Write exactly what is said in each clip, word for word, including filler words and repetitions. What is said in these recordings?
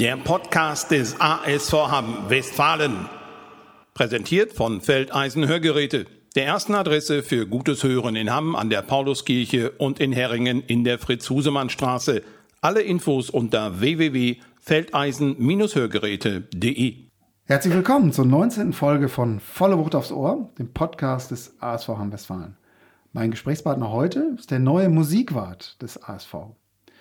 Der Podcast des A S V Hamm-Westfalen. Präsentiert von Feldeisen Hörgeräte, der ersten Adresse für gutes Hören in Hamm an der Pauluskirche und in Herringen in der Fritz-Husemann-Straße. Alle Infos unter w w w punkt feldeisen Hörgeräte punkt d e. Herzlich willkommen zur neunzehnten Folge von Volle Wucht aufs Ohr, dem Podcast des A S V Hamm-Westfalen. Mein Gesprächspartner heute ist der neue Musikwart des A S V.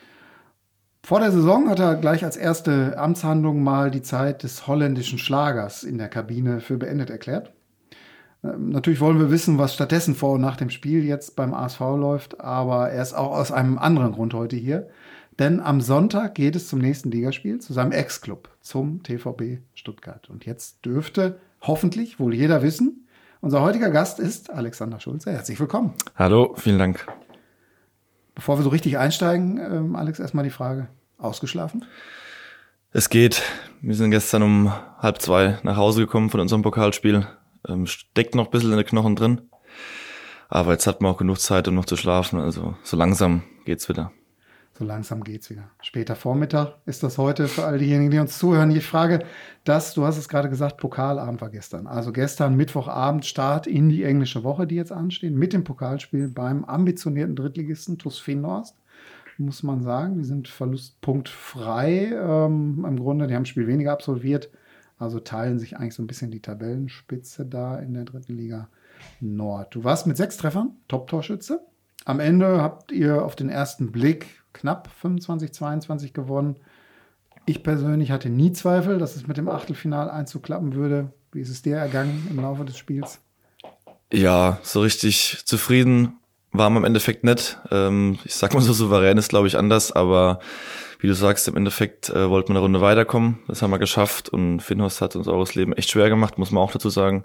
Vor der Saison hat er gleich als erste Amtshandlung mal die Zeit des holländischen Schlagers in der Kabine für beendet erklärt. Natürlich wollen wir wissen, was stattdessen vor und nach dem Spiel jetzt beim A S V läuft, aber er ist auch aus einem anderen Grund heute hier. Denn am Sonntag geht es zum nächsten Ligaspiel, zu seinem Ex-Club, zum T V B Stuttgart. Und jetzt dürfte hoffentlich wohl jeder wissen, unser heutiger Gast ist Alexander Schulze. Herzlich willkommen. Hallo, vielen Dank. Bevor wir so richtig einsteigen, ähm, Alex, erstmal die Frage, ausgeschlafen? Es geht. Wir sind gestern um halb zwei nach Hause gekommen von unserem Pokalspiel. Ähm, steckt noch ein bisschen in den Knochen drin. Aber jetzt hat man auch genug Zeit, um noch zu schlafen. Also so langsam geht's wieder. So langsam geht's wieder. Später Vormittag ist das heute für all diejenigen, die uns zuhören. Ich frage, dass, du hast es gerade gesagt, Pokalabend war gestern. Also gestern Mittwochabend Start in die englische Woche, die jetzt anstehen, mit dem Pokalspiel beim ambitionierten Drittligisten TuS Finhorst. Muss man sagen, die sind verlustpunktfrei. Ähm, im Grunde, die haben das Spiel weniger absolviert. Also teilen sich eigentlich so ein bisschen die Tabellenspitze da in der dritten Liga Nord. Du warst mit sechs Treffern Top-Torschütze. Am Ende habt ihr auf den ersten Blick knapp fünfundzwanzig zweiundzwanzig gewonnen. Ich persönlich hatte nie Zweifel, dass es mit dem Achtelfinaleinzug klappen würde. Wie ist es dir ergangen im Laufe des Spiels? Ja, so richtig zufrieden war man im Endeffekt nicht. Ähm, ich sag mal so, souverän ist, glaube ich, anders. Aber wie du sagst, im Endeffekt äh, wollten wir eine Runde weiterkommen. Das haben wir geschafft. Und Finhorst hat uns auch das Leben echt schwer gemacht, muss man auch dazu sagen.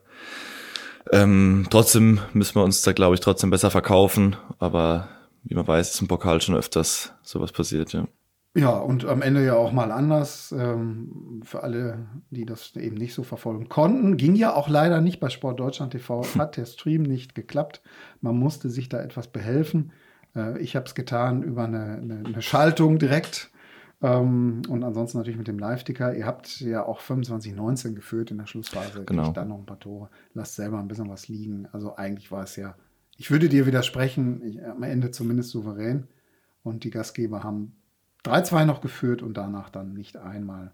Ähm, trotzdem müssen wir uns da, glaube ich, trotzdem besser verkaufen. Aber wie man weiß, ist im Pokal schon öfters sowas passiert, ja. Ja, und am Ende ja auch mal anders. Ähm, für alle, die das eben nicht so verfolgen konnten, ging ja auch leider nicht bei Sport Deutschland T V. Hat der Stream nicht geklappt. Man musste sich da etwas behelfen. Äh, ich habe es getan über eine, eine, eine Schaltung direkt. Ähm, und ansonsten natürlich mit dem Live-Ticker. Ihr habt ja auch fünfundzwanzig neunzehn geführt in der Schlussphase. Genau. Kriegt dann noch ein paar Tore. Lasst selber ein bisschen was liegen. Also eigentlich war es ja, ich würde dir widersprechen, ich, am Ende zumindest souverän. Und die Gastgeber haben drei zwei noch geführt und danach dann nicht einmal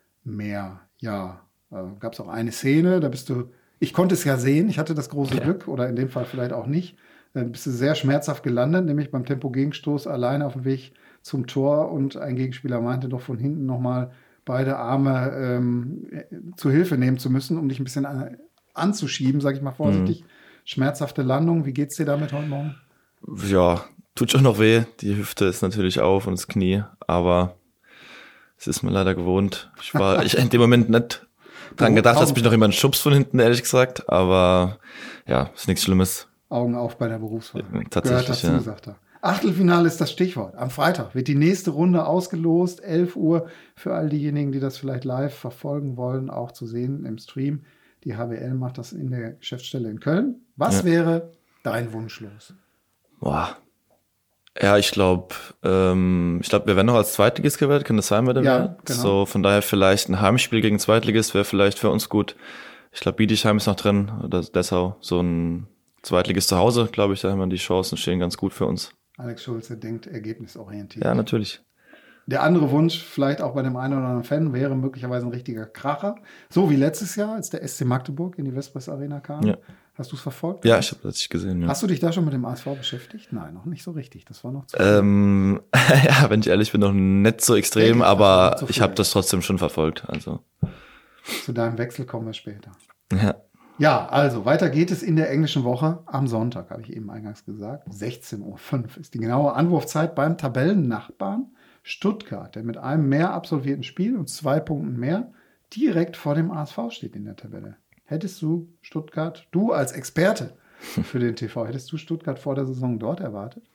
mehr. Ja, äh, gab es auch eine Szene, da bist du, ich konnte es ja sehen, ich hatte das große ja. Glück, oder in dem Fall vielleicht auch nicht. Dann bist du sehr schmerzhaft gelandet, nämlich beim Tempo-Gegenstoß alleine auf dem Weg zum Tor und ein Gegenspieler meinte doch von hinten nochmal beide Arme ähm, zu Hilfe nehmen zu müssen, um dich ein bisschen an, anzuschieben, sage ich mal vorsichtig. Mhm. Schmerzhafte Landung, wie geht's dir damit heute Morgen? Ja, tut schon noch weh. Die Hüfte ist natürlich auf und das Knie, aber es ist mir leider gewohnt. Ich war ich in dem Moment nicht dran gedacht, dass mich noch jemand schubst von hinten, ehrlich gesagt, aber ja, ist nichts Schlimmes. Augen auf bei der Berufswahl. Ja, tatsächlich, dazu, ja. sagt er. Achtelfinale ist das Stichwort. Am Freitag wird die nächste Runde ausgelost, elf Uhr, für all diejenigen, die das vielleicht live verfolgen wollen, auch zu sehen im Stream. Die H W L macht das in der Geschäftsstelle in Köln. Was ja. wäre dein Wunsch los? Boah. Ja, ich glaube, ähm, ich glaube, wir werden noch als Zweitligist gewählt, kann das sein bei der ja, Wahl? Genau. So, von daher vielleicht ein Heimspiel gegen Zweitligist wäre vielleicht für uns gut. Ich glaube, Bietigheim ist noch drin, oder Dessau, so ein Zweitligist zu Hause, glaube ich, da haben wir die Chancen stehen ganz gut für uns. Alex Schulze denkt ergebnisorientiert. Ja, natürlich. Der andere Wunsch, vielleicht auch bei dem einen oder anderen Fan, wäre möglicherweise ein richtiger Kracher. So wie letztes Jahr, als der S C Magdeburg in die Vespres Arena kam. Ja. Hast du es verfolgt? Ja, ich habe das gesehen. Ja. Hast du dich da schon mit dem A S V beschäftigt? Nein, noch nicht so richtig. Das war noch zu ähm, ja, wenn ich ehrlich bin, noch nicht so extrem, Denke, aber ich ich habe das trotzdem schon verfolgt. Also zu deinem Wechsel kommen wir später. Ja. Ja, also weiter geht es in der englischen Woche am Sonntag, habe ich eben eingangs gesagt. sechzehn Uhr fünf ist die genaue Anwurfzeit beim Tabellennachbarn Stuttgart, der mit einem mehr absolvierten Spiel und zwei Punkten mehr direkt vor dem A S V steht in der Tabelle. Hättest du Stuttgart, du als Experte für den T V, hättest du Stuttgart vor der Saison dort erwartet?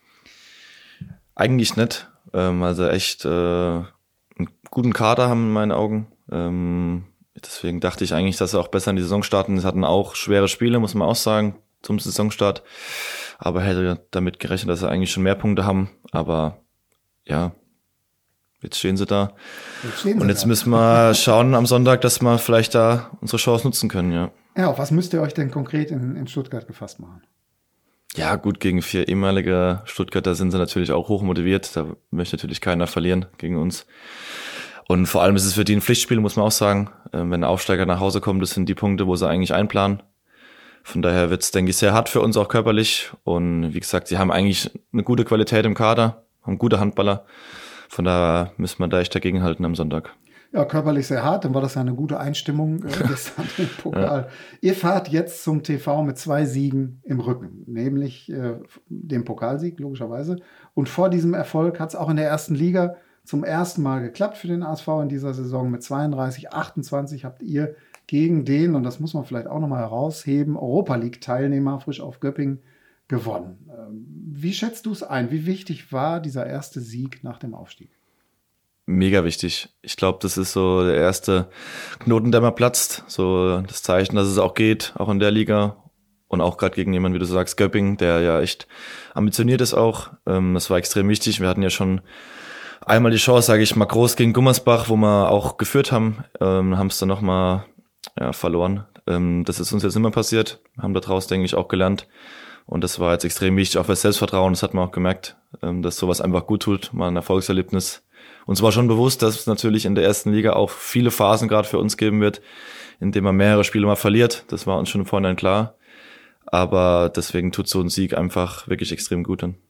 Eigentlich nicht. Ähm, also echt äh, einen guten Kader haben in meinen Augen. Ähm, deswegen dachte ich eigentlich, dass sie auch besser in die Saison starten. Sie hatten auch schwere Spiele, muss man auch sagen, zum Saisonstart. Aber hätte damit gerechnet, dass sie eigentlich schon mehr Punkte haben. Aber ja, Jetzt stehen sie da. Jetzt stehen sie Und jetzt da. müssen wir schauen am Sonntag, dass wir vielleicht da unsere Chance nutzen können, ja. Ja, auf was müsst ihr euch denn konkret in, in Stuttgart gefasst machen? Ja, gut, gegen vier ehemalige Stuttgarter sind sie natürlich auch hoch motiviert. Da möchte natürlich keiner verlieren gegen uns. Und vor allem ist es für die ein Pflichtspiel, muss man auch sagen. Wenn ein Aufsteiger nach Hause kommt, das sind die Punkte, wo sie eigentlich einplanen. Von daher wird es, denke ich, sehr hart für uns auch körperlich. Und wie gesagt, sie haben eigentlich eine gute Qualität im Kader, haben gute Handballer. Von daher müssen wir da echt dagegenhalten am Sonntag. Ja, körperlich sehr hart, dann war das ja eine gute Einstimmung äh, gestern im Pokal. Ja. Ihr fahrt jetzt zum T V mit zwei Siegen im Rücken, nämlich äh, dem Pokalsieg, logischerweise. Und vor diesem Erfolg hat es auch in der ersten Liga zum ersten Mal geklappt für den A S V in dieser Saison. Mit zweiunddreißig achtundzwanzig habt ihr gegen den, und das muss man vielleicht auch nochmal herausheben, Europa-League-Teilnehmer frisch auf Göppingen gewonnen. Ähm, wie schätzt du es ein? Wie wichtig war dieser erste Sieg nach dem Aufstieg? Mega wichtig. Ich glaube, das ist so der erste Knoten, der mal platzt. So das Zeichen, dass es auch geht, auch in der Liga. Und auch gerade gegen jemanden, wie du sagst, Göppingen, der ja echt ambitioniert ist auch. Ähm, das war extrem wichtig. Wir hatten ja schon einmal die Chance, sage ich mal, groß gegen Gummersbach, wo wir auch geführt haben. Ähm, haben es dann nochmal ja, verloren. Ähm, das ist uns jetzt immer passiert. Haben daraus, denke ich, auch gelernt. Und das war jetzt extrem wichtig, auch für das Selbstvertrauen. Das hat man auch gemerkt, ähm, dass sowas einfach gut tut, mal ein Erfolgserlebnis. Uns war schon bewusst, dass es natürlich in der ersten Liga auch viele Phasen gerade für uns geben wird, in denen man mehrere Spiele mal verliert. Das war uns schon vorhin klar. Aber deswegen tut so ein Sieg einfach wirklich extrem gut an.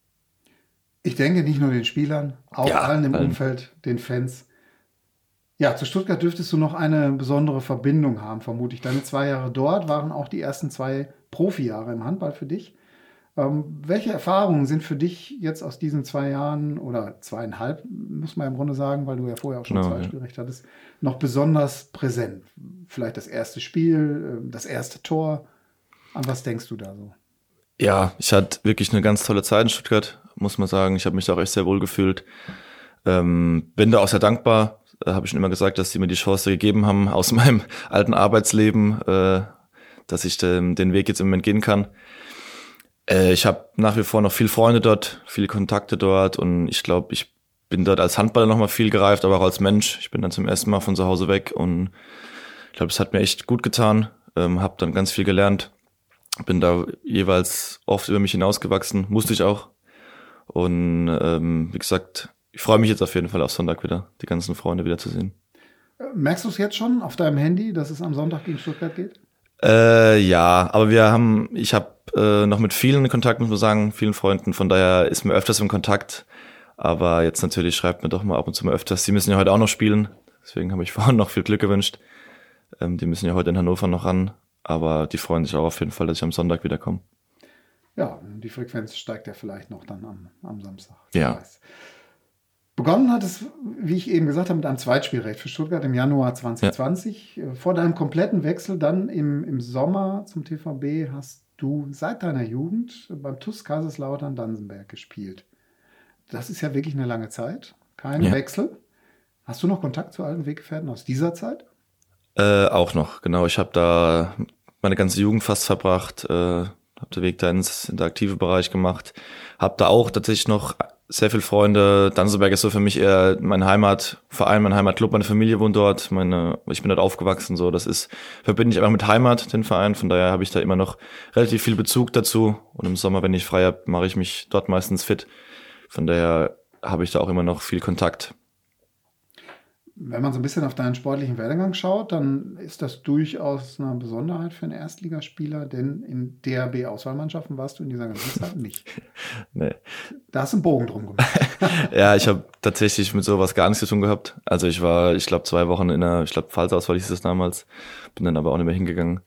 Ich denke nicht nur den Spielern, auch ja, allen im allen. Umfeld, den Fans. Ja, zu Stuttgart dürftest du noch eine besondere Verbindung haben, vermutlich. Deine zwei Jahre dort waren auch die ersten zwei Profijahre im Handball für dich. Ähm, welche Erfahrungen sind für dich jetzt aus diesen zwei Jahren oder zweieinhalb, muss man im Grunde sagen, weil du ja vorher auch schon Genau, zwei ja. Spielrecht hattest, noch besonders präsent? Vielleicht das erste Spiel, das erste Tor. An was denkst du da so? Ja, ich hatte wirklich eine ganz tolle Zeit in Stuttgart, muss man sagen. Ich habe mich da auch echt sehr wohl gefühlt. Ähm, bin da auch sehr dankbar. Da habe ich schon immer gesagt, dass sie mir die Chance gegeben haben aus meinem alten Arbeitsleben, äh, dass ich den, den Weg jetzt im Moment gehen kann. Äh, ich habe nach wie vor noch viele Freunde dort, viele Kontakte dort und ich glaube, ich bin dort als Handballer noch mal viel gereift, aber auch als Mensch. Ich bin dann zum ersten Mal von zu Hause weg und ich glaube, es hat mir echt gut getan. Ähm, habe dann ganz viel gelernt. Bin da jeweils oft über mich hinausgewachsen, musste ich auch. Und ähm, wie gesagt, ich freue mich jetzt auf jeden Fall auf Sonntag wieder, die ganzen Freunde wieder zu sehen. Merkst du es jetzt schon auf deinem Handy, dass es am Sonntag gegen Stuttgart geht? Äh, ja, aber wir haben, ich habe äh, noch mit vielen in Kontakt, muss man sagen, vielen Freunden, von daher ist mir öfters im Kontakt. Aber jetzt natürlich schreibt mir doch mal ab und zu mal öfters. Sie müssen ja heute auch noch spielen, deswegen habe ich vorhin noch viel Glück gewünscht. Ähm, die müssen ja heute in Hannover noch ran. Aber die freuen sich auch auf jeden Fall, dass ich am Sonntag wiederkomme. Ja, die Frequenz steigt ja vielleicht noch dann am, am Samstag. Ja. Begonnen hat es, wie ich eben gesagt habe, mit einem Zweitspielrecht für Stuttgart im Januar zwanzig zwanzig. Ja. Vor deinem kompletten Wechsel dann im, im Sommer zum T V B hast du seit deiner Jugend beim T U S Kaiserslautern-Dansenberg gespielt. Das ist ja wirklich eine lange Zeit. Kein ja. Wechsel. Hast du noch Kontakt zu alten Weggefährten aus dieser Zeit? Äh, auch noch, genau. Ich habe da meine ganze Jugend fast verbracht, äh, habe den Weg da ins in der aktive Bereich gemacht, habe da auch tatsächlich noch sehr viele Freunde. Dansenberg ist so für mich eher mein Heimatverein, mein Heimatclub, meine Familie wohnt dort, meine, ich bin dort aufgewachsen, so das ist verbinde ich einfach mit Heimat den Verein. Von daher habe ich da immer noch relativ viel Bezug dazu und im Sommer, wenn ich frei habe, mache ich mich dort meistens fit. Von daher habe ich da auch immer noch viel Kontakt. Wenn man so ein bisschen auf deinen sportlichen Werdegang schaut, dann ist das durchaus eine Besonderheit für einen Erstligaspieler, denn in D H B-Auswahlmannschaften warst du in dieser ganzen Zeit nicht. Nee. Da hast du einen Bogen drum gemacht. Ja, ich habe tatsächlich mit sowas gar nichts zu tun gehabt. Also ich war, ich glaube, zwei Wochen in der, ich glaube, Pfalzauswahl hieß es damals, bin dann aber auch nicht mehr hingegangen.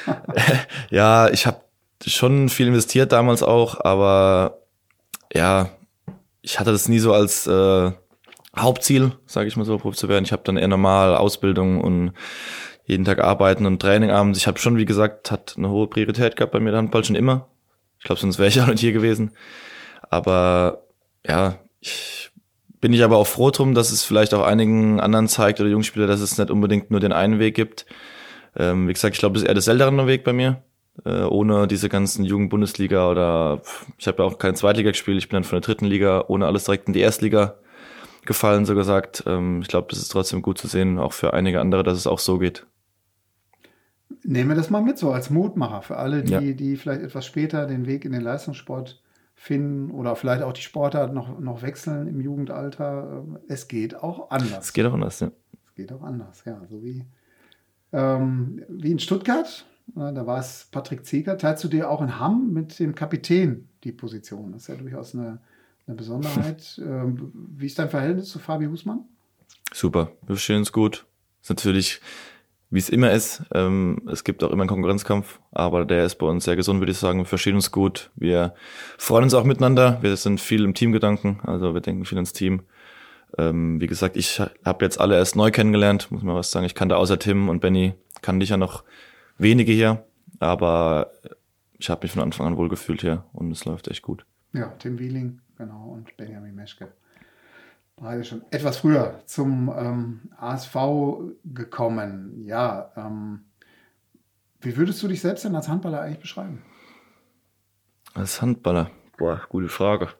Ja, ich habe schon viel investiert damals auch, aber ja, ich hatte das nie so als äh, Hauptziel, sage ich mal so, Profi zu werden. Ich habe dann eher normal Ausbildung und jeden Tag arbeiten und Training abends. Ich habe schon, wie gesagt, hat eine hohe Priorität gehabt bei mir der Handball schon immer. Ich glaube, sonst wäre ich auch nicht hier gewesen. Aber ja, ich bin ich aber auch froh drum, dass es vielleicht auch einigen anderen zeigt oder Jungspieler, dass es nicht unbedingt nur den einen Weg gibt. Ähm, wie gesagt, ich glaube, das ist eher der seltenere Weg bei mir. Äh, ohne diese ganzen Jugend-Bundesliga oder ich habe ja auch keine Zweitliga gespielt. Ich bin dann von der dritten Liga ohne alles direkt in die Erstliga gefallen, so gesagt. Ähm, ich glaube, das ist trotzdem gut zu sehen, auch für einige andere, dass es auch so geht. Nehmen wir das mal mit, so als Mutmacher für alle, die, Ja. die vielleicht etwas später den Weg in den Leistungssport finden oder vielleicht auch die Sportart noch, noch wechseln im Jugendalter. Es geht auch anders. Es geht auch anders, ja. Es geht auch anders, ja. So wie, ähm, wie in Stuttgart, äh, da war es Patrick Zeger. Teilst du dir auch in Hamm mit dem Kapitän die Position? Das ist ja durchaus eine, eine Besonderheit. ähm, wie ist dein Verhältnis zu Fabi Husmann? Super, wir verstehen uns gut. Ist natürlich, wie es immer ist, ähm, es gibt auch immer einen Konkurrenzkampf, aber der ist bei uns sehr gesund, würde ich sagen. Wir verstehen uns gut, wir freuen uns auch miteinander, wir sind viel im Teamgedanken, also wir denken viel ins Team. Ähm, wie gesagt, ich habe jetzt alle erst neu kennengelernt, muss man was sagen. Ich kannte außer Tim und Benny, kannte ich ja noch wenige hier, aber ich habe mich von Anfang an wohl gefühlt hier und es läuft echt gut. Ja, Tim Wieling, genau, und Benjamin Meschke. Beide schon etwas früher zum ähm, A S V gekommen. Ja, ähm, wie würdest du dich selbst denn als Handballer eigentlich beschreiben? Als Handballer? Boah, gute Frage.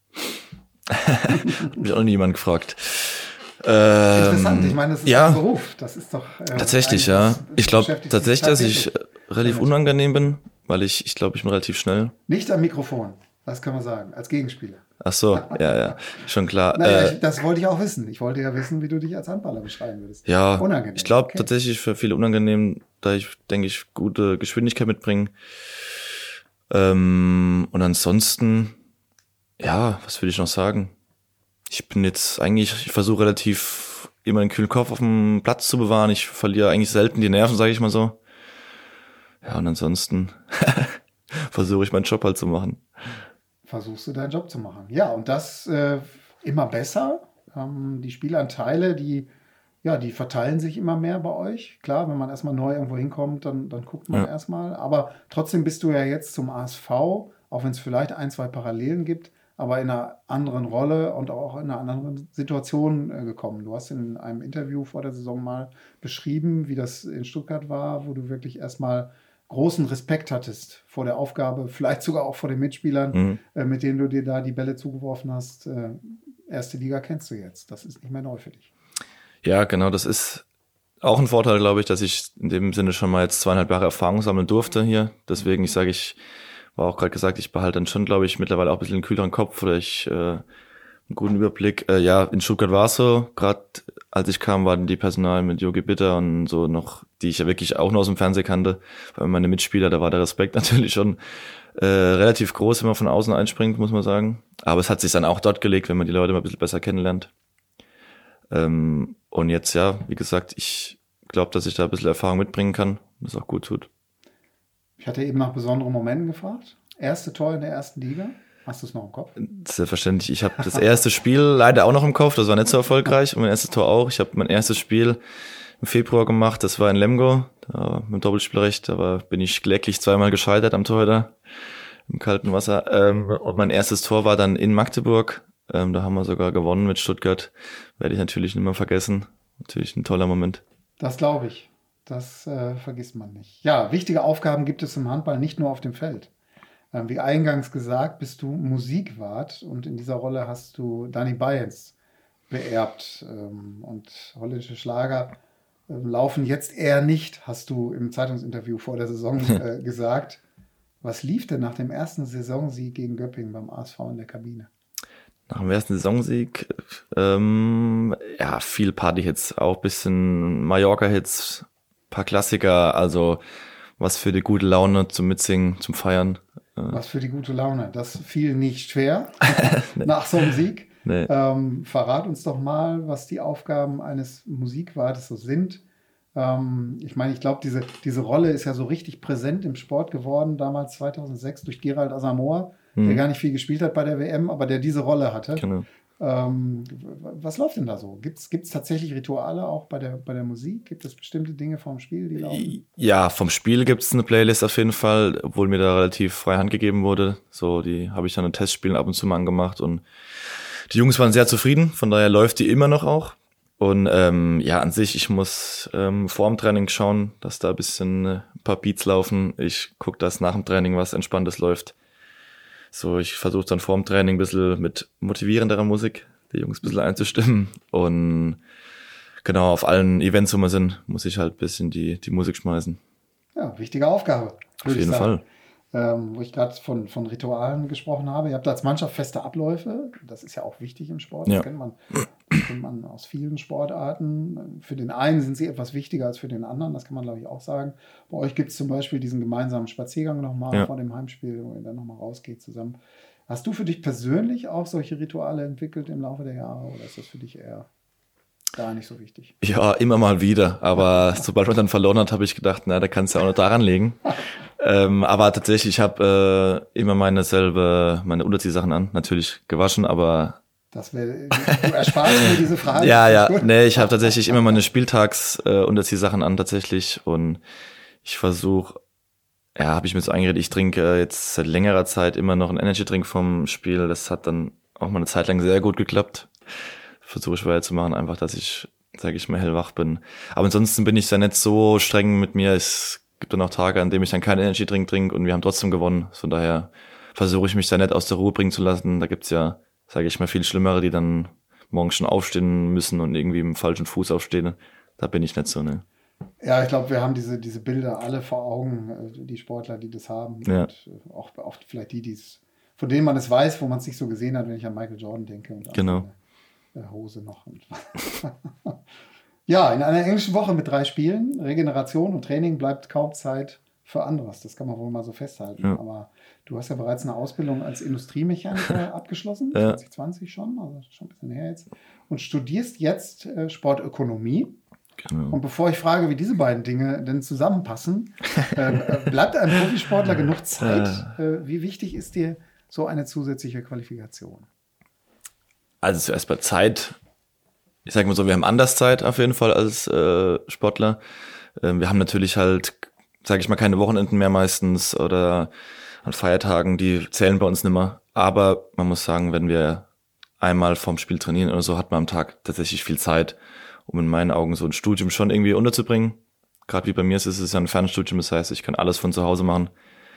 Hab mich auch noch niemand gefragt. Ähm, Interessant, ich meine, das ist ja, ein Beruf. Das ist doch äh, tatsächlich, ja. das- das Ich glaube beschäftigt tatsächlich, sich dass ich tagtäglich. relativ damit. unangenehm bin, weil ich, ich glaube, ich bin relativ schnell. Nicht am Mikrofon, das kann man sagen, als Gegenspieler. Ach so, ja, ja, schon klar. Naja, äh, ich, das wollte ich auch wissen. Ich wollte ja wissen, wie du dich als Handballer beschreiben würdest. Ja, Unangenehm. ich glaube Okay. tatsächlich für viele unangenehm, da ich, denke ich, gute Geschwindigkeit mitbringe. Ähm, und ansonsten, ja, was will ich noch sagen? Ich bin jetzt eigentlich, ich versuche relativ immer einen kühlen Kopf auf dem Platz zu bewahren. Ich verliere eigentlich selten die Nerven, sage ich mal so. Ja, und ansonsten versuche ich meinen Job halt zu machen. Versuchst du deinen Job zu machen. Ja, und das äh, immer besser. Ähm, die Spielanteile, die, ja, die verteilen sich immer mehr bei euch. Klar, wenn man erstmal neu irgendwo hinkommt, dann, dann guckt man Ja. erstmal. Aber trotzdem bist du ja jetzt zum A S V, auch wenn es vielleicht ein, zwei Parallelen gibt, aber in einer anderen Rolle und auch in einer anderen Situation äh, gekommen. Du hast in einem Interview vor der Saison mal beschrieben, wie das in Stuttgart war, wo du wirklich erstmal großen Respekt hattest vor der Aufgabe, vielleicht sogar auch vor den Mitspielern, Mhm. äh, mit denen du dir da die Bälle zugeworfen hast. Äh, erste Liga kennst du jetzt. Das ist nicht mehr neu für dich. Ja, genau, das ist auch ein Vorteil, glaube ich, dass ich in dem Sinne schon mal jetzt zweieinhalb Jahre Erfahrung sammeln durfte hier. Deswegen, ich sage, ich war auch gerade gesagt, ich behalte dann schon, glaube ich, mittlerweile auch ein bisschen einen kühleren Kopf oder ich äh, einen guten Überblick. Äh, ja, in Stuttgart war es so, gerade als ich kam, waren die Personal mit Jogi Bitter und so noch, die ich ja wirklich auch nur aus dem Fernsehen kannte. Weil meine Mitspieler, da war der Respekt natürlich schon äh, relativ groß, wenn man von außen einspringt, muss man sagen. Aber es hat sich dann auch dort gelegt, wenn man die Leute mal ein bisschen besser kennenlernt. Ähm, und jetzt, ja, wie gesagt, ich glaube, dass ich da ein bisschen Erfahrung mitbringen kann, was auch gut tut. Ich hatte eben nach besonderen Momenten gefragt. Erste Tor in der ersten Liga. Hast du es noch im Kopf? Selbstverständlich. Ich habe das erste Spiel leider auch noch im Kopf. Das war nicht so erfolgreich. Und mein erstes Tor auch. Ich habe mein erstes Spiel im Februar gemacht. Das war in Lemgo, da mit dem Doppelspielrecht. Da war, bin ich kläglich zweimal gescheitert am Torhüter im kalten Wasser. Ähm, und mein erstes Tor war dann in Magdeburg. Ähm, da haben wir sogar gewonnen mit Stuttgart. Werde ich natürlich nicht mehr vergessen. Natürlich ein toller Moment. Das glaube ich. Das äh, vergisst man nicht. Ja, wichtige Aufgaben gibt es im Handball nicht nur auf dem Feld. Ähm, wie eingangs gesagt, bist du Musikwart und in dieser Rolle hast du Danny Bayens beerbt. Ähm, und holländische Schlager ähm, laufen jetzt eher nicht, hast du im Zeitungsinterview vor der Saison äh, gesagt. Was lief denn nach dem ersten Saisonsieg gegen Göppingen beim A S V in der Kabine? Nach dem ersten Saisonsieg, ähm, ja, viel Party-Hits, auch ein bisschen Mallorca-Hits, paar Klassiker, also was für die gute Laune zum Mitsingen, zum Feiern. Was für die gute Laune. Das fiel nicht schwer nee. nach so einem Sieg. Nee. Ähm, verrat uns doch mal, was die Aufgaben eines Musikwartes so sind. Ähm, ich meine, ich glaube, diese, diese Rolle ist ja so richtig präsent im Sport geworden, damals zweitausendsechs durch Gerald Asamoah, hm. der gar nicht viel gespielt hat bei der W M, aber der diese Rolle hatte. Genau. Ähm, was läuft denn da so? Gibt es tatsächlich Rituale auch bei der, bei der Musik? Gibt es bestimmte Dinge vom Spiel, die laufen? Ja, vom Spiel gibt es eine Playlist auf jeden Fall, obwohl mir da relativ freie Hand gegeben wurde. So, die habe ich dann in Testspielen ab und zu mal angemacht und die Jungs waren sehr zufrieden, von daher läuft die immer noch auch. Und ähm, ja, an sich, ich muss ähm, vor dem Training schauen, dass da ein bisschen äh, ein paar Beats laufen. Ich gucke, dass nach dem Training was Entspanntes läuft. So, ich versuche dann vor dem Training ein bisschen mit motivierenderer Musik die Jungs ein bisschen einzustimmen. Und genau, auf allen Events, wo wir sind, muss ich halt ein bisschen die, die Musik schmeißen. Ja, wichtige Aufgabe. Auf jeden Fall. Ähm, wo ich gerade von, von Ritualen gesprochen habe. Ihr habt als Mannschaft feste Abläufe. Das ist ja auch wichtig im Sport. Das, Ja. kennt man, das kennt man aus vielen Sportarten. Für den einen sind sie etwas wichtiger als für den anderen. Das kann man, glaube ich, auch sagen. Bei euch gibt es zum Beispiel diesen gemeinsamen Spaziergang nochmal Ja. vor dem Heimspiel, wo ihr dann nochmal rausgeht zusammen. Hast du für dich persönlich auch solche Rituale entwickelt im Laufe der Jahre oder ist das für dich eher gar nicht so wichtig? Ja, immer mal wieder. Aber sobald man dann verloren hat, habe ich gedacht, na, da kannst du ja auch noch daran legen. ähm, aber tatsächlich, ich habe äh, immer meine selbe, meine Unterziehsachen an. Natürlich gewaschen, aber Das wär, du ersparst mir diese Frage. ja, Das ist ja, gut. nee, ich habe tatsächlich immer meine Spieltags-Unterziehsachen an tatsächlich und ich versuche, ja, habe ich mir so eingeredet, ich trinke äh, jetzt seit längerer Zeit immer noch einen Energy-Drink vom Spiel. Das hat dann auch mal eine Zeit lang sehr gut geklappt. Versuche ich weiterzumachen, einfach, dass ich, sage ich mal, hellwach bin. Aber ansonsten bin ich da nicht so streng mit mir. Es gibt dann auch Tage, an denen ich dann keinen Energy-Drink trinke und wir haben trotzdem gewonnen. Von daher versuche ich mich da nicht aus der Ruhe bringen zu lassen. Da gibt's ja, sage ich mal, viel Schlimmere, die dann morgens schon aufstehen müssen und irgendwie im falschen Fuß aufstehen. Da bin ich nicht so, ne. Ja, ich glaube, wir haben diese, diese Bilder alle vor Augen, äh, die Sportler, die das haben. Ja. Und äh, auch, auch vielleicht die, die es, von denen man es weiß, wo man es nicht so gesehen hat, wenn ich an Michael Jordan denke. Und an Genau. seine, äh, Hose noch. Und ja, in einer englischen Woche mit drei Spielen, Regeneration und Training bleibt kaum Zeit für anderes. Das kann man wohl mal so festhalten. Ja. Aber du hast ja bereits eine Ausbildung als Industriemechaniker abgeschlossen, Ja. zwanzig zwanzig schon, also schon ein bisschen her jetzt. Und studierst jetzt äh, Sportökonomie. Genau. Und bevor ich frage, wie diese beiden Dinge denn zusammenpassen, äh, äh, bleibt einem Profisportler genug Zeit? Äh, wie wichtig ist dir so eine zusätzliche Qualifikation? Also zuerst bei Zeit. Ich sage mal so, wir haben anders Zeit auf jeden Fall als äh, Sportler. Ähm, wir haben natürlich halt, sage ich mal, keine Wochenenden mehr meistens oder an Feiertagen, die zählen bei uns nicht mehr. Aber man muss sagen, wenn wir einmal vorm Spiel trainieren oder so, hat man am Tag tatsächlich viel Zeit, um in meinen Augen so ein Studium schon irgendwie unterzubringen. Gerade wie bei mir ist es, ist es ja ein Fernstudium, das heißt, ich kann alles von zu Hause machen.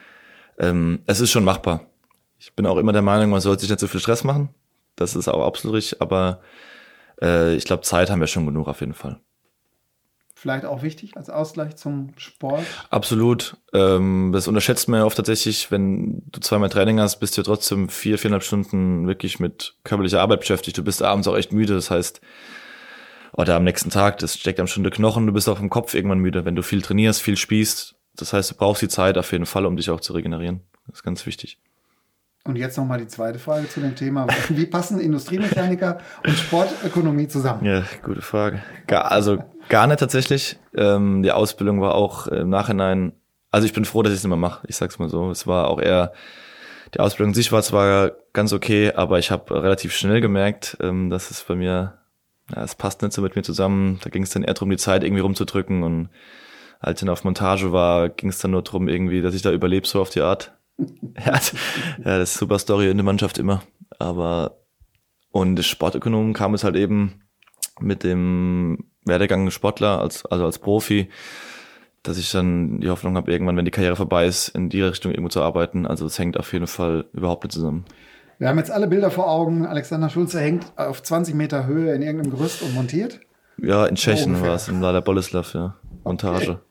Ähm, es ist schon machbar. Ich bin auch immer der Meinung, man sollte sich nicht so viel Stress machen. Das ist auch absolut richtig, aber äh, ich glaube, Zeit haben wir schon genug auf jeden Fall. Vielleicht auch wichtig als Ausgleich zum Sport? Absolut. Ähm, das unterschätzt man ja oft tatsächlich, wenn du zweimal Training hast, bist du trotzdem vier, viereinhalb Stunden wirklich mit körperlicher Arbeit beschäftigt. Du bist abends auch echt müde, das heißt, oder am nächsten Tag, das steckt am schon der Knochen, du bist auch im Kopf irgendwann müde, wenn du viel trainierst, viel spielst. Das heißt, du brauchst die Zeit auf jeden Fall, um dich auch zu regenerieren. Das ist ganz wichtig. Und jetzt nochmal die zweite Frage zu dem Thema. Wie passen Industriemechaniker und Sportökonomie zusammen? Ja, gute Frage. Gar, also gar nicht tatsächlich. Ähm, die Ausbildung war auch im Nachhinein, also ich bin froh, dass ich es nicht mehr mache. Ich sag's mal so. Es war auch eher, die Ausbildung an sich war zwar ganz okay, aber ich habe relativ schnell gemerkt, ähm, dass es bei mir, ja, es passt nicht so mit mir zusammen. Da ging es dann eher darum, die Zeit irgendwie rumzudrücken, und als ich dann auf Montage war, ging es dann nur darum, irgendwie, dass ich da überlebe, so auf die Art. Ja, ja, das ist super Story in der Mannschaft immer. Aber und das Sportökonom kam es halt eben mit dem Werdegang Sportler, als, also als Profi, dass ich dann die Hoffnung habe, irgendwann, wenn die Karriere vorbei ist, in die Richtung irgendwo zu arbeiten. Also es hängt auf jeden Fall überhaupt nicht zusammen. Wir haben jetzt alle Bilder vor Augen. Alexander Schulze hängt auf zwanzig Meter Höhe in irgendeinem Gerüst und montiert. Ja, in Tschechien Ungefähr. war es, in Lada Boleslav, ja. Montage. Okay.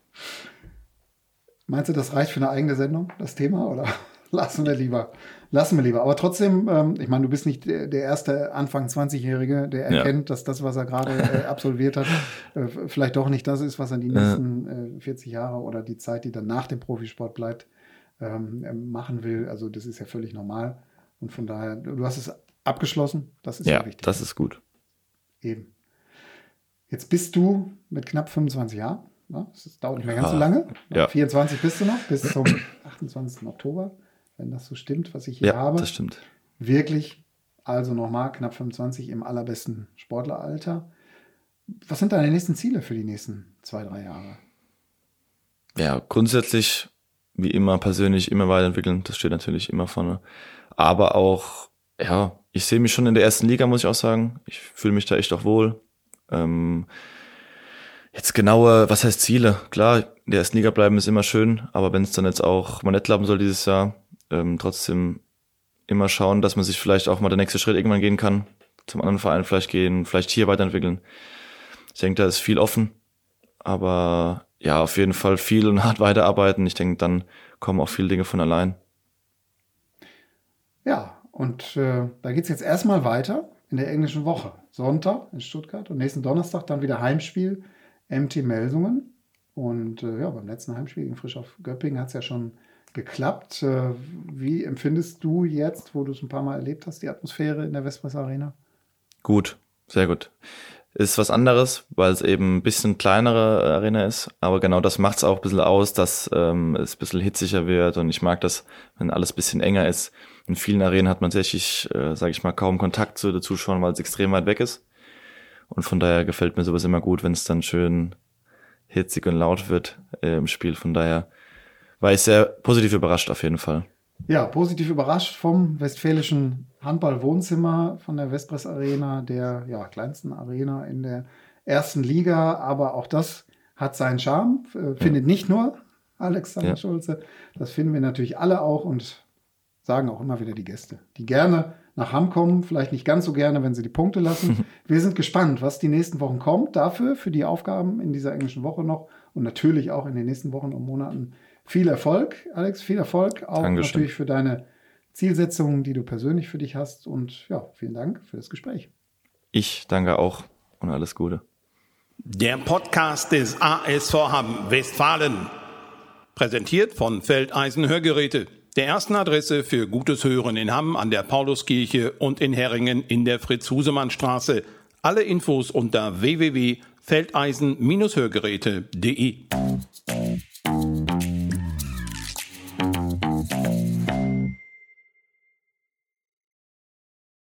Meinst du, das reicht für eine eigene Sendung, das Thema? Oder lassen wir lieber? Lassen wir lieber. Aber trotzdem, ähm, ich meine, du bist nicht der, der erste Anfang zwanzig-Jährige, der erkennt, ja. dass das, was er gerade äh, absolviert hat, äh, vielleicht doch nicht das ist, was er die nächsten äh, vierzig Jahre oder die Zeit, die dann nach dem Profisport bleibt, ähm, machen will. Also das ist ja völlig normal. Und von daher, du hast es abgeschlossen. Das ist ja, ja wichtig. Das ist gut. Eben. Jetzt bist du mit knapp fünfundzwanzig Jahren. Ja, das dauert nicht mehr ganz ja. so lange. Ja. vierundzwanzig bist du noch, bis zum achtundzwanzigsten Oktober, wenn das so stimmt, was ich hier ja, habe. Ja, das stimmt. Wirklich, also nochmal knapp fünfundzwanzig im allerbesten Sportleralter. Was sind deine nächsten Ziele für die nächsten zwei, drei Jahre? Ja, grundsätzlich, wie immer, persönlich immer weiterentwickeln. Das steht natürlich immer vorne. Aber auch, ja, ich sehe mich schon in der ersten Liga, muss ich auch sagen. Ich fühle mich da echt auch wohl. Ähm, Jetzt genaue, was heißt Ziele? Klar, in der ersten Liga bleiben ist immer schön, aber wenn es dann jetzt auch mal nicht klappen soll dieses Jahr, ähm, trotzdem immer schauen, dass man sich vielleicht auch mal der nächste Schritt irgendwann gehen kann. zum anderen Verein vielleicht gehen, vielleicht hier weiterentwickeln. Ich denke, da ist viel offen, aber ja, auf jeden Fall viel und hart weiterarbeiten. Ich denke, dann kommen auch viele Dinge von allein. Ja, und äh, da geht es jetzt erstmal weiter in der englischen Woche. Sonntag in Stuttgart und nächsten Donnerstag dann wieder Heimspiel M T Melsungen. Und äh, ja, beim letzten Heimspiel gegen Frisch auf Göppingen hat es ja schon geklappt. Äh, wie empfindest du jetzt, wo du es ein paar Mal erlebt hast, die Atmosphäre in der Vespris Arena? Gut, sehr gut. Ist was anderes, weil es eben ein bisschen kleinere Arena ist, aber genau das macht es auch ein bisschen aus, dass ähm, es ein bisschen hitziger wird und ich mag das, wenn alles ein bisschen enger ist. In vielen Arenen hat man tatsächlich, äh, sage ich mal, kaum Kontakt zu den Zuschauern, weil es extrem weit weg ist. Und von daher gefällt mir sowas immer gut, wenn es dann schön hitzig und laut wird äh, im Spiel. Von daher war ich sehr positiv überrascht auf jeden Fall. Ja, positiv überrascht vom westfälischen Handball-Wohnzimmer von der Vespris Arena, der ja, kleinsten Arena in der ersten Liga. Aber auch das hat seinen Charme. Äh, findet ja. nicht nur Alexander ja. Schulze. Das finden wir natürlich alle auch und sagen auch immer wieder die Gäste, die gerne nach Hamm kommen. Vielleicht nicht ganz so gerne, wenn sie die Punkte lassen. Wir sind gespannt, was die nächsten Wochen kommt. Dafür, für die Aufgaben in dieser englischen Woche noch und natürlich auch in den nächsten Wochen und Monaten. Viel Erfolg, Alex, viel Erfolg. Auch Dankeschön. Natürlich für deine Zielsetzungen, die du persönlich für dich hast. Und ja, vielen Dank für das Gespräch. Ich danke auch und alles Gute. Der Podcast des A S V Hamm Westfalen. Präsentiert von Feldeisen Hörgeräte. Der ersten Adresse für gutes Hören in Hamm an der Pauluskirche und in Herringen in der Fritz-Husemann-Straße. Alle Infos unter w w w punkt feldeisen Bindestrich hörgeräte punkt d e.